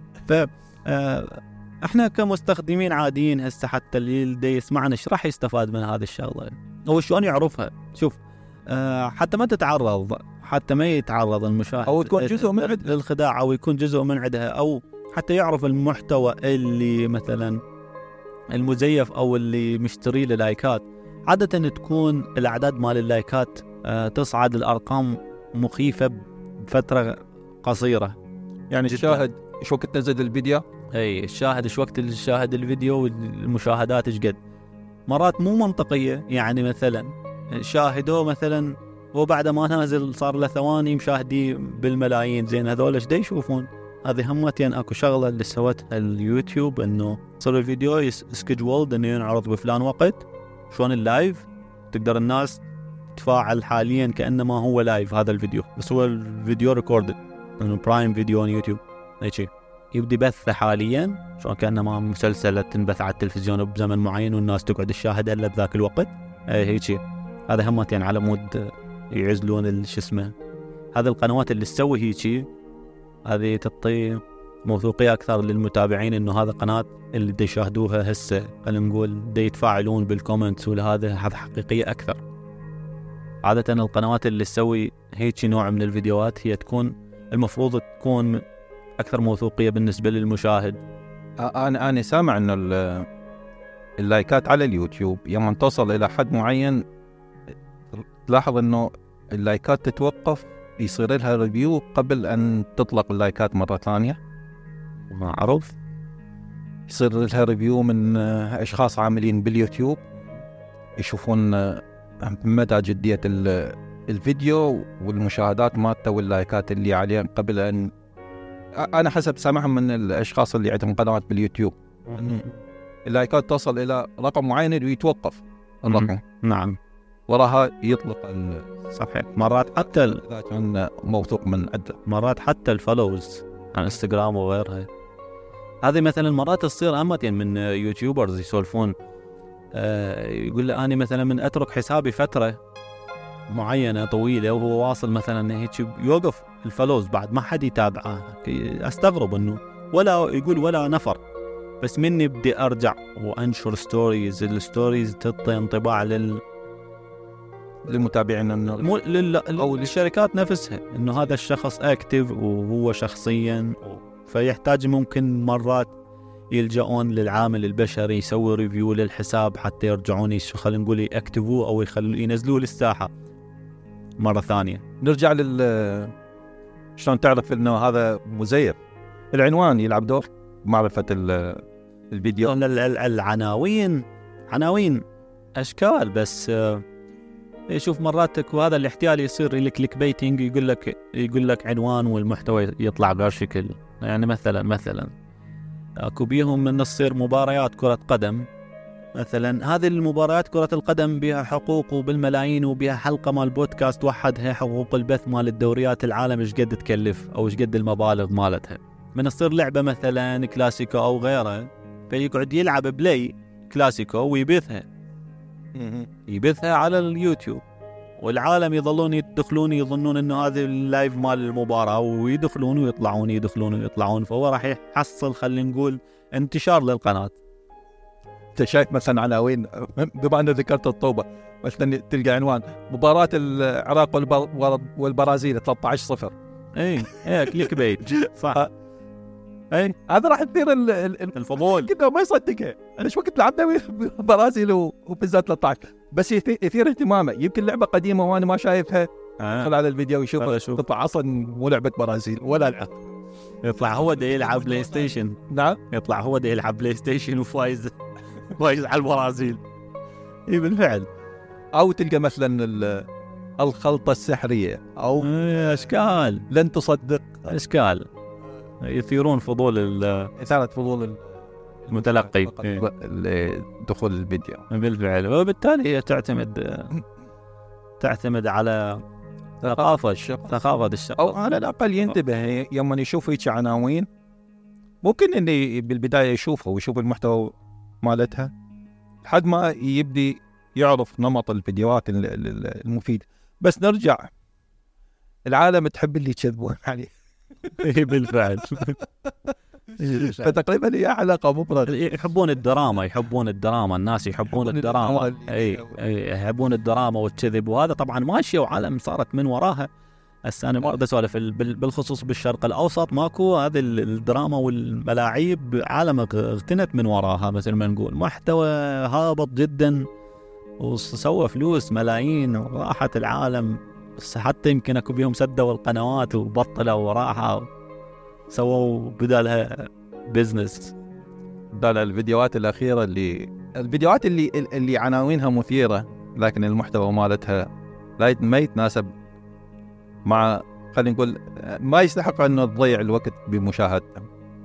احنا كمستخدمين عاديين هسه حتى اللي دا يسمعنا ايش راح يستفاد من هذه الشغله هو شلون يعرفها. شوف حتى ما تتعرض حتى ما يتعرض المشاهد او تكون جزء من للخداع او يكون جزء من عندها او حتى يعرف المحتوى اللي مثلا المزيف او اللي مشتري له لايكات. عاده تكون الاعداد مال اللايكات تصعد الارقام مخيفه بفتره قصيره. يعني الشاهد ايش وقت نزل الفيديو اي الشاهد ايش وقت الشاهد الفيديو والمشاهدات ايش قد. مرات مو منطقيه يعني مثلا شاهدوه مثلا وبعد ما نازل صار له ثواني مشاهدي بالملايين. زين هذول ايش دا يشوفون؟ هذه همتين اكو شغله اللي سوتها اليوتيوب انه صار الفيديو سكجولد انه ينعرض بفلان وقت. شلون اللايف تقدر الناس تفاعل حاليا كانما هو لايف هذا الفيديو بس هو الفيديو ريكوردد انه برايم فيديو اون يوتيوب هيك يبدي بث حاليا شلون كانما مسلسل تنبث على التلفزيون بزمن معين والناس تقعد تشاهد الا بذاك الوقت. هيك هذا همتين على مود يعزلون شو اسمه. هذه القنوات اللي تسوي هيك هذه تعطي موثوقية أكثر للمتابعين إنه هذا قناة اللي دا يشاهدوها هسه خلينا نقول دا يتفاعلون بالكومنتس وهذا حقيقية أكثر. عادة القنوات اللي تسوي هيك نوع من الفيديوهات هي تكون المفروض تكون أكثر موثوقية بالنسبة للمشاهد. أنا سامع إنه اللايكات على اليوتيوب يوم توصل إلى حد معين تلاحظ إنه اللايكات تتوقف يصير لها ريفيو قبل أن تطلق اللايكات مرة ثانية. معروف يصير لها ريفيو من أشخاص عاملين باليوتيوب يشوفون مدى جدية الفيديو والمشاهدات مالته واللايكات اللي عليه قبل أن أنا حسب سامعهم من الأشخاص اللي عندهم قنوات باليوتيوب اللايكات تصل إلى رقم معين ويتوقف الرقم. نعم وراها يطلق صحيح. مرات حتى إذا كان موثوق من عدة مرات حتى الفولوز عن انستغرام وغيرها هذه مثلا مرات تصير أمتين من يوتيوبرز يسولفون يقول لي أنا مثلا من أترك حسابي فترة معينة طويلة وهو واصل مثلا هيك يوقف الفولوز بعد ما حد يتابعه. أستغرب إنه ولا يقول ولا نفر بس مني بدي أرجع وأنشر ستوريز. الستوريز تعطي انطباع للمتابعين انه او للشركات نفسها انه هذا الشخص اكتف وهو شخصيا فيحتاج ممكن مرات يلجؤون للعامل البشري يسوي ريفيو للحساب حتى يرجعون خلينا نقول يكتبوه او ينزلوه للساحه مره ثانيه. نرجع شلون تعرف انه هذا مزيف؟ العنوان يلعب دور معرفه الفيديو. عناوين اشكال بس شوف مراتك وهذا الاحتيال يصير الكليك بيتنج يقول لك عنوان والمحتوى يطلع غير شكل. يعني مثلا اكو بيهم من تصير مباريات كرة قدم مثلا. هذه المباريات كرة القدم بها حقوق وبالملايين وبها حلقة مال بودكاست وحدها حقوق البث مال الدوريات العالم ايش قد تكلف او ايش قد المبالغ مالتها. من تصير لعبة مثلا كلاسيكو او غيره فيقعد يلعب بلاي كلاسيكو ويبثها على اليوتيوب والعالم يظلون يدخلون يظنون انه هذا اللايف مال المباراة ويدخلون ويطلعون فهو راح يحصل خلينا نقول انتشار للقناة. انت شايف مثلا عناوين بما ان ذكرت الطوبة مثلا تلقى عنوان مباراة العراق والبرازيل 13-0 ايه كليك بيت صح. اي هذا راح يثير الفضول. كذا ما يصدقها. انا شو وقت لعبنا برازيل وبالذات 13 بس يثير اهتمامه. يمكن لعبه قديمه وانا ما شايفها خلال الفيديو يشوفها تطلع اصلا مو لعبه برازيل ولا لعب. يطلع هو دا يلعب بلاي ستيشن. نعم يطلع هو دا يلعب بلاي ستيشن وفايز على البرازيل. اي بالفعل. او تلقى مثلا الخلطه السحريه او اشكال لن تصدق اشكال يثيرون فضول اثاره فضول المتلقي لدخول الفيديو. بالفعل. وبالتالي هي تعتمد على ثقافة الشخص أو على الأقل ينتبه يوم يشوف هيك عناوين. ممكن إني بالبداية يشوفه ويشوف المحتوى مالتها لحد ما يبدي يعرف نمط الفيديوهات المفيدة. بس نرجع، العالم تحب اللي يكذبون عليه. بالفعل. فتقريبا هي حلقة مفرغة. يحبون الدراما الناس يحبون الدراما. يحبون الدراما والكذب، وهذا طبعا ماشية وعالم صارت من وراها. هسه انا ما بسولف بالخصوص بالشرق الاوسط ماكو هذه الدراما والملاعيب، عالم اغتنت من وراها. مثل ما نقول محتوى هابط جدا وسوى فلوس ملايين وراحت العالم. بس حتى يمكن اكو بيهم سدوا القنوات وبطلوا وراحوا سووا بدالها بيزنس. بدال الفيديوهات الأخيرة الفيديوهات اللي عناوينها مثيرة لكن المحتوى مالتها ما يتناسب مع، خلينا نقول ما يستحق أنه تضيع الوقت بمشاهدته.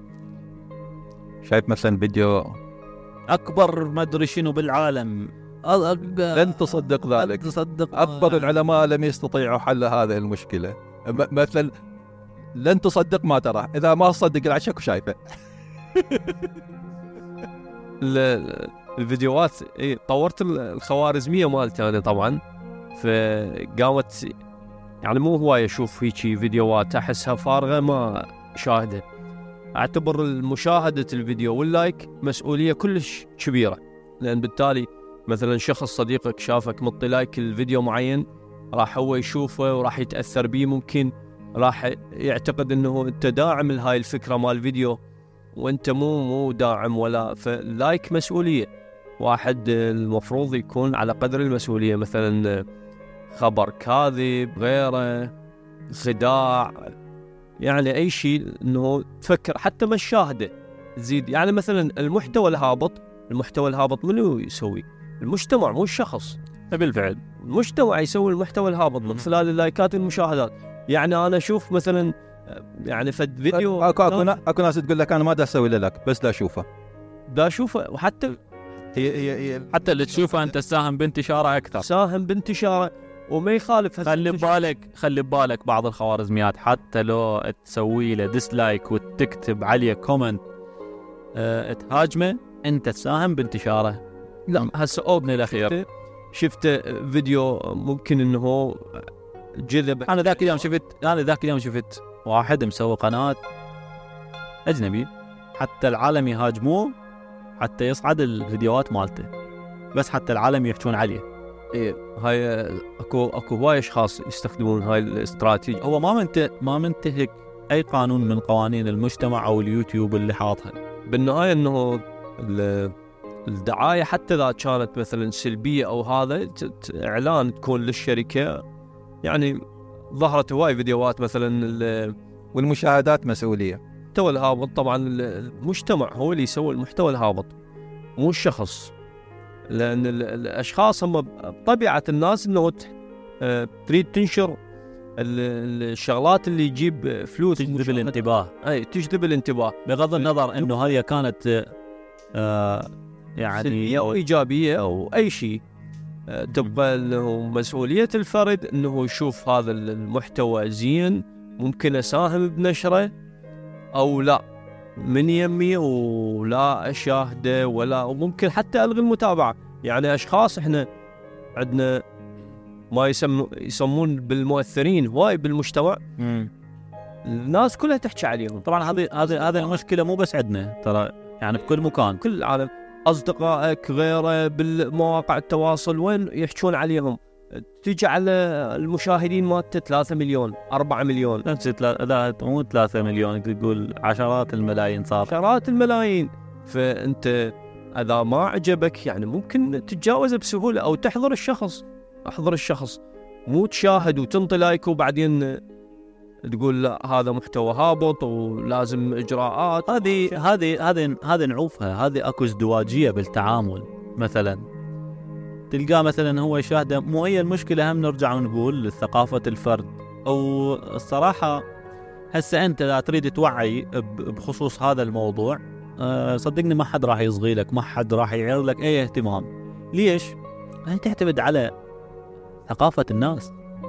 شايف مثلا فيديو أكبر ما أدري شنو بالعالم، لن تصدق ذلك، أكبر العلماء لم يستطيعوا حل هذه المشكلة. مثلا لن تصدق ما ترى، إذا ما تصدق العشاء شايفه. الفيديوهات طورت الخوارزمية مالتي أنا طبعا، فقامت يعني مو هواية أشوف هيجي فيديوهات أحسها فارغة ما شاهدها. أعتبر مشاهدة الفيديو واللايك مسؤولية كلش كبيرة، لأن بالتالي مثلا شخص صديقك شافك مطي لايك الفيديو معين راح هو يشوفه وراح يتأثر بيه، ممكن راح يعتقد أنه أنت داعم لهاي الفكرة مال الفيديو وأنت مو داعم ولا. فاللايك مسؤولية، واحد المفروض يكون على قدر المسؤولية. مثلا خبر كاذب غيره خداع، يعني أي شيء أنه تفكر حتى ما الشاهدة تزيد. يعني مثلا المحتوى الهابط منو يسوي؟ المجتمع مو الشخص. بالفعل المجتمع يسوي المحتوى الهابط من خلال اللايكات والمشاهدات. يعني أنا أشوف مثلا يعني فد فيديو أكو ناس تقول لك أنا ما دا أسوي لايك بس دا أشوفه وحتى هي حتى اللي تشوفه أنت ساهم بانتشاره أكثر، ساهم بانتشاره وما يخالف. خلي ببالك بعض الخوارزميات حتى لو تسوي له ديسلايك وتكتب عليه كومنت تهاجمه، أنت تساهم بانتشاره. لا هسه من الأخير شفت فيديو ممكن إنه جذب. أنا ذاك اليوم شفت واحد مسوي قناة أجنبي حتى العالم يهاجموه حتى يصعد الفيديوهات مالته، بس حتى العالم يحكون عليه. هاي اكو هواي اشخاص يستخدمون هاي الاستراتيجية. هو ما منتهك اي قانون من قوانين المجتمع او اليوتيوب اللي حاطها. بالنهاية انه الدعاية حتى اذا كانت مثلا سلبية او هذا اعلان تكون للشركة، يعني ظهرت هواي فيديوهات مثلا والمشاهدات مسؤولية. المحتوى الهابط طبعا المجتمع هو اللي يسوي المحتوى الهابط مو الشخص، لأن الأشخاص هم بطبيعة الناس إنه تريد تنشر الشغلات اللي يجيب فلوس، تجذب الانتباه. تجذب الانتباه بغض النظر إنه هي كانت يعني سلبية أو إيجابية أو أي شيء. تبقى مسؤولية الفرد إنه يشوف هذا المحتوى زين ممكن أساهم بنشره أو لا، من يمي ولا أشاهده ولا، وممكن حتى ألغي المتابعة. يعني أشخاص إحنا عندنا ما يسمون بالمؤثرين هواي بالمجتمع، الناس كلها تحكي عليهم. طبعا هذه المشكلة مو بس عندنا ترى، يعني بكل مكان كل العالم. أصدقائك غيره بالمواقع التواصل وين يحكون عليهم، تيجي على المشاهدين مالته 3 مليون 4 مليون لا مو 3 مليون، تقول عشرات الملايين، صار عشرات الملايين. فأنت إذا ما عجبك يعني ممكن تتجاوزه بسهولة، أو تحضر الشخص مو تشاهد وتنطي لايك وبعدين تقول لا هذا محتوى هابط ولازم إجراءات. هذه نعوفها، هذه أكو ازدواجية بالتعامل. مثلا تلقاه مثلا هو يشاهده، مو هي المشكلة، هم نرجع ونقول ثقافة الفرد. أو الصراحة هسه أنت لا تريد توعي بخصوص هذا الموضوع، صدقني ما حد راح يصغي لك، ما حد راح يعير لك أي اهتمام. ليش؟ أنت تعتمد على ثقافة الناس.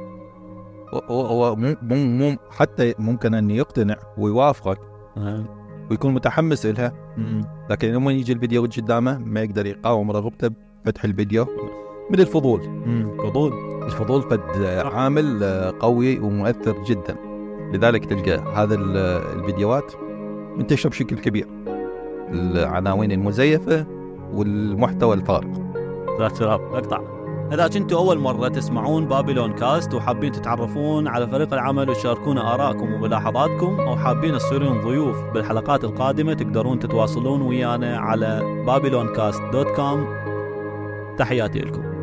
هو مو حتى ممكن أن يقتنع ويوافقك ويكون متحمس إلها، لكن لما يجي الفيديو قدامه ما يقدر يقاوم رغبته بفتح الفيديو من الفضول. الفضول قد عامل قوي ومؤثر جدا، لذلك تلقى هذا الفيديوهات منتشرة بشكل كبير، العناوين المزيفة والمحتوى الفارغ. لا شباب اقطع. إذا كنتوا أول مرة تسمعون بابلون كاست وحابين تتعرفون على فريق العمل وتشاركون آراءكم وملاحظاتكم، أو حابين تصيرون ضيوف بالحلقات القادمة، تقدرون تتواصلون ويانا على babyloncast.com. تحياتي لكم.